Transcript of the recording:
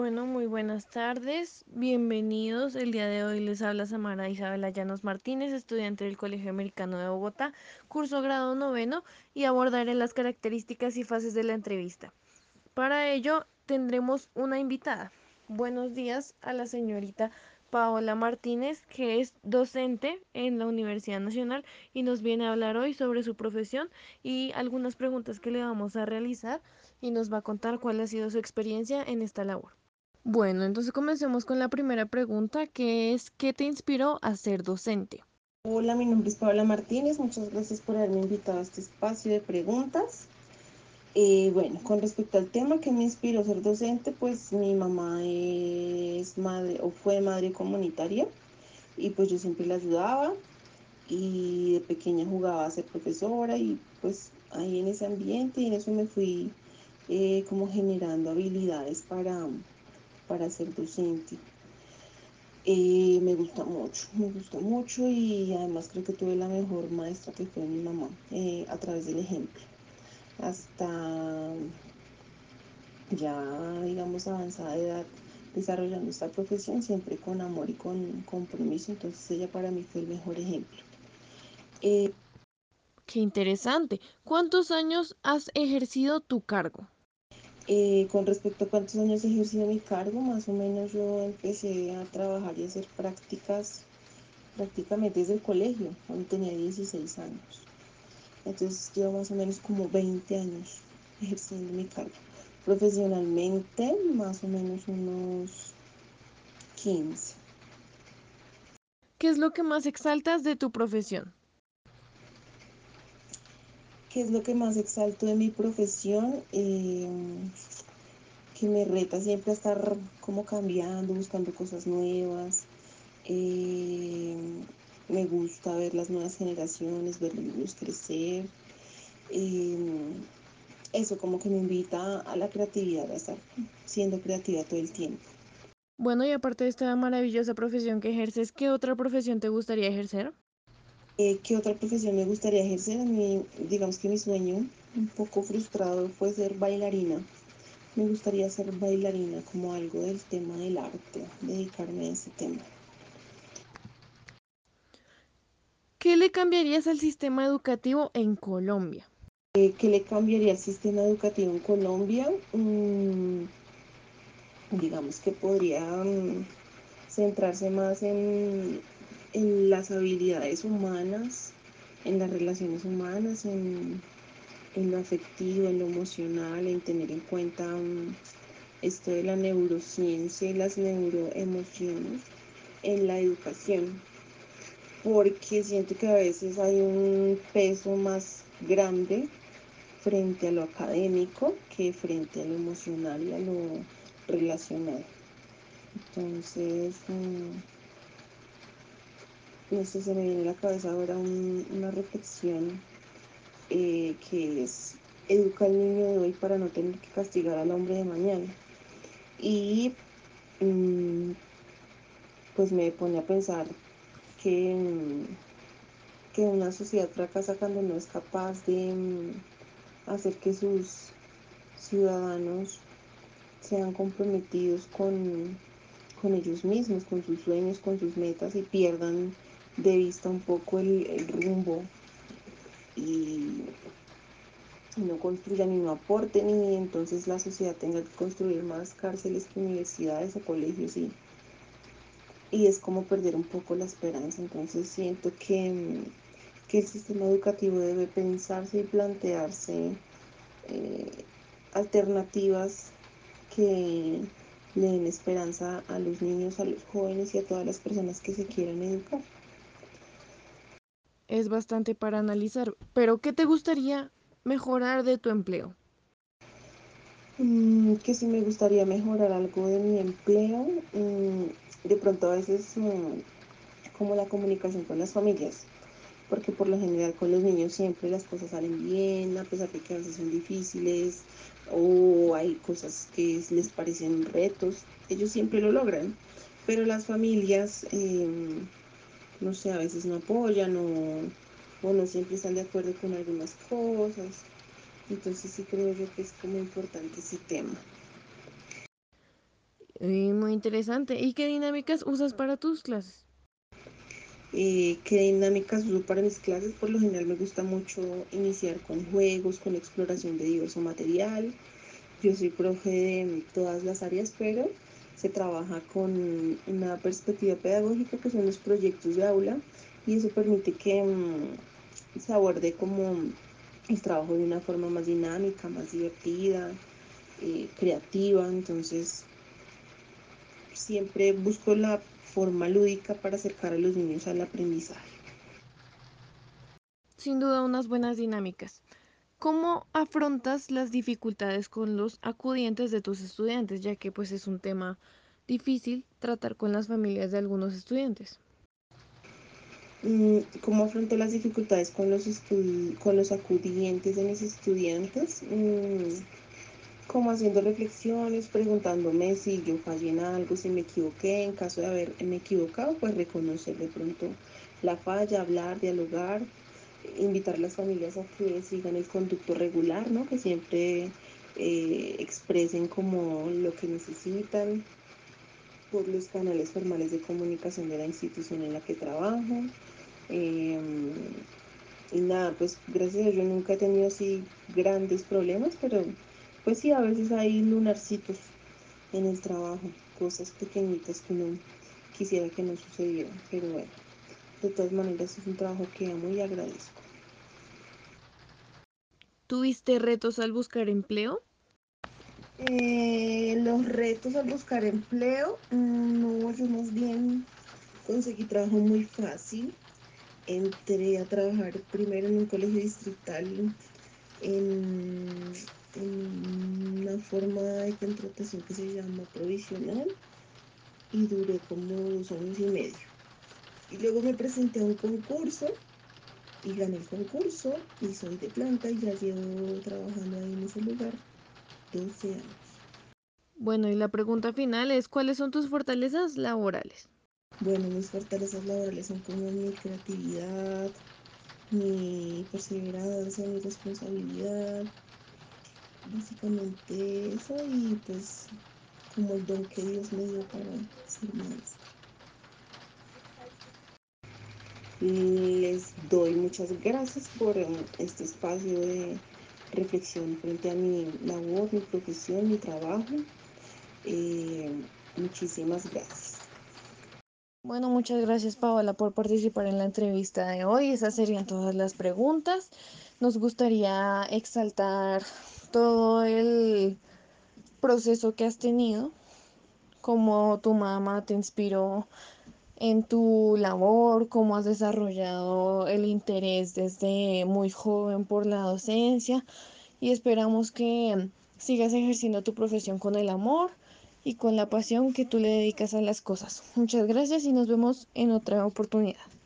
Bueno, muy buenas tardes, bienvenidos. El día de hoy les habla Samara Isabela Llanos Martínez, estudiante del Colegio Americano de Bogotá, curso grado noveno, y abordaré las características y fases de la entrevista. Para ello tendremos una invitada. Buenos días a la señorita Paola Martínez, que es docente en la Universidad Nacional y nos viene a hablar hoy sobre su profesión y algunas preguntas que le vamos a realizar y nos va a contar cuál ha sido su experiencia en esta labor. Bueno, entonces comencemos con la primera pregunta, que es ¿qué te inspiró a ser docente? Hola, mi nombre es Paola Martínez. Muchas gracias por haberme invitado a este espacio de preguntas. Bueno, con respecto al tema que me inspiró a ser docente, pues mi mamá es madre o fue madre comunitaria y pues yo siempre la ayudaba y de pequeña jugaba a ser profesora y pues ahí en ese ambiente y en eso me fui como generando habilidades para ser docente. Me gusta mucho y además creo que tuve la mejor maestra que fue mi mamá a través del ejemplo. Hasta ya, digamos, avanzada edad desarrollando esta profesión siempre con amor y con compromiso, entonces ella para mí fue el mejor ejemplo. Eh, Qué interesante. ¿Cuántos años has ejercido tu cargo? con respecto a cuántos años he ejercido mi cargo, más o menos yo empecé a trabajar y a hacer prácticas prácticamente desde el colegio, cuando tenía 16 años. Entonces llevo más o menos como 20 años ejerciendo mi cargo. Profesionalmente, más o menos unos 15. ¿Qué es lo que más exaltas de tu profesión? ¿Qué es lo que más exalto de mi profesión? Que me reta siempre a estar como cambiando, buscando cosas nuevas. Eh, Me gusta ver las nuevas generaciones, ver los niños crecer. Eh, Eso como que me invita a la creatividad, a estar siendo creativa todo el tiempo. Bueno, y aparte de esta maravillosa profesión que ejerces, ¿qué otra profesión te gustaría ejercer? ¿Qué otra profesión me gustaría ejercer? A mí, digamos que mi sueño, un poco frustrado, fue ser bailarina. Me gustaría ser bailarina como algo del tema del arte, dedicarme a ese tema. ¿Qué le cambiarías al sistema educativo en Colombia? ¿Qué le cambiaría al sistema educativo en Colombia? Digamos que podría centrarse más en las habilidades humanas, en las relaciones humanas, en lo afectivo, en lo emocional, en tener en cuenta esto de la neurociencia y las neuroemociones en la educación, porque siento que a veces hay un peso más grande frente a lo académico que frente a lo emocional y a lo relacional. Entonces, no sé, se me viene a la cabeza ahora una reflexión que es educa al niño de hoy para no tener que castigar al hombre de mañana. Y mm, pues me pone a pensar que, que una sociedad fracasa cuando no es capaz de hacer que sus ciudadanos sean comprometidos con ellos mismos, con sus sueños, con sus metas y pierdan de vista un poco el rumbo y no construyan y no aporten y entonces la sociedad tenga que construir más cárceles que universidades o colegios y es como perder un poco la esperanza. Entonces siento que el sistema educativo debe pensarse y plantearse eh, alternativas que le den esperanza a los niños, a los jóvenes y a todas las personas que se quieran educar. Es bastante para analizar, pero ¿qué te gustaría mejorar de tu empleo? Que si me gustaría mejorar algo de mi empleo, de pronto a veces como la comunicación con las familias, porque por lo general con los niños siempre las cosas salen bien, a pesar de que a veces son difíciles o hay cosas que les parecen retos, ellos siempre lo logran, pero las familias, no sé, a veces no apoyan o no siempre están de acuerdo con algunas cosas, entonces sí creo yo que es como importante ese tema. Muy interesante. ¿Y qué dinámicas usas para tus clases? ¿Qué dinámicas uso para mis clases? Por lo general me gusta mucho iniciar con juegos, con exploración de diverso material. Yo soy profe de todas las áreas, pero se trabaja con una perspectiva pedagógica que son los proyectos de aula y eso permite que se aborde como el trabajo de una forma más dinámica, más divertida, creativa. Entonces siempre busco la forma lúdica para acercar a los niños al aprendizaje. Sin duda unas buenas dinámicas. ¿Cómo afrontas las dificultades con los acudientes de tus estudiantes, ya que pues es un tema difícil tratar con las familias de algunos estudiantes? ¿Cómo afronto las dificultades con con los acudientes de mis estudiantes? Como haciendo reflexiones, preguntándome si yo fallé en algo, si me equivoqué. En caso de haberme equivocado, pues reconocer de pronto la falla, hablar, dialogar, invitar a las familias a que sigan el conducto regular, ¿no? Que siempre expresen como lo que necesitan por los canales formales de comunicación de la institución en la que trabajo. Eh, y nada, pues gracias a Dios yo nunca he tenido así grandes problemas, pero pues sí, a veces hay lunarcitos en el trabajo, cosas pequeñitas que uno quisiera que no sucedieran, pero bueno, de todas maneras es un trabajo que amo y agradezco. ¿Tuviste retos al buscar empleo? Los retos al buscar empleo, no, yo más bien conseguí trabajo muy fácil. Entré a trabajar primero en un colegio distrital en, en una forma de contratación que se llama provisional y duré como 2 años y medio. Y luego me presenté a un concurso y gané el concurso y soy de planta y ya llevo trabajando ahí en ese lugar 12 años. Bueno, y la pregunta final es, ¿cuáles son tus fortalezas laborales? Bueno, mis fortalezas laborales son como mi creatividad, mi perseverancia, mi responsabilidad, básicamente eso y pues como el don que Dios me dio para ser maestra. Les doy muchas gracias por este espacio de reflexión frente a mi labor, mi profesión, mi trabajo. Eh, Muchísimas gracias. Bueno, muchas gracias Paola por participar en la entrevista de hoy. Esas serían todas las preguntas. Nos gustaría exaltar todo el proceso que has tenido, cómo tu mamá te inspiró en tu labor, cómo has desarrollado el interés desde muy joven por la docencia y esperamos que sigas ejerciendo tu profesión con el amor y con la pasión que tú le dedicas a las cosas. Muchas gracias y nos vemos en otra oportunidad.